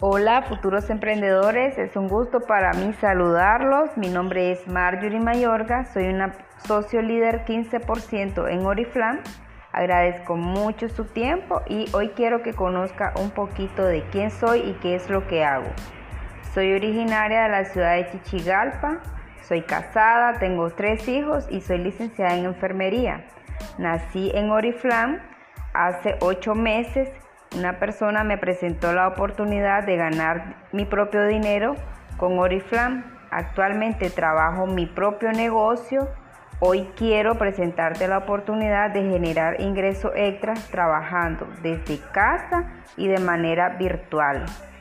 Hola, futuros emprendedores, es un gusto para mí saludarlos. Mi nombre es Marjorie Mayorga, soy una socio líder 15% en Oriflame. Agradezco mucho su tiempo y hoy quiero que conozca un poquito de quién soy y qué es lo que hago. Soy originaria de la ciudad de Chichigalpa, soy casada, tengo 3 hijos y soy licenciada en enfermería. Nací en Oriflame hace 8 meses. Una persona me presentó la oportunidad de ganar mi propio dinero con Oriflame. Actualmente trabajo mi propio negocio. Hoy quiero presentarte la oportunidad de generar ingresos extras trabajando desde casa y de manera virtual.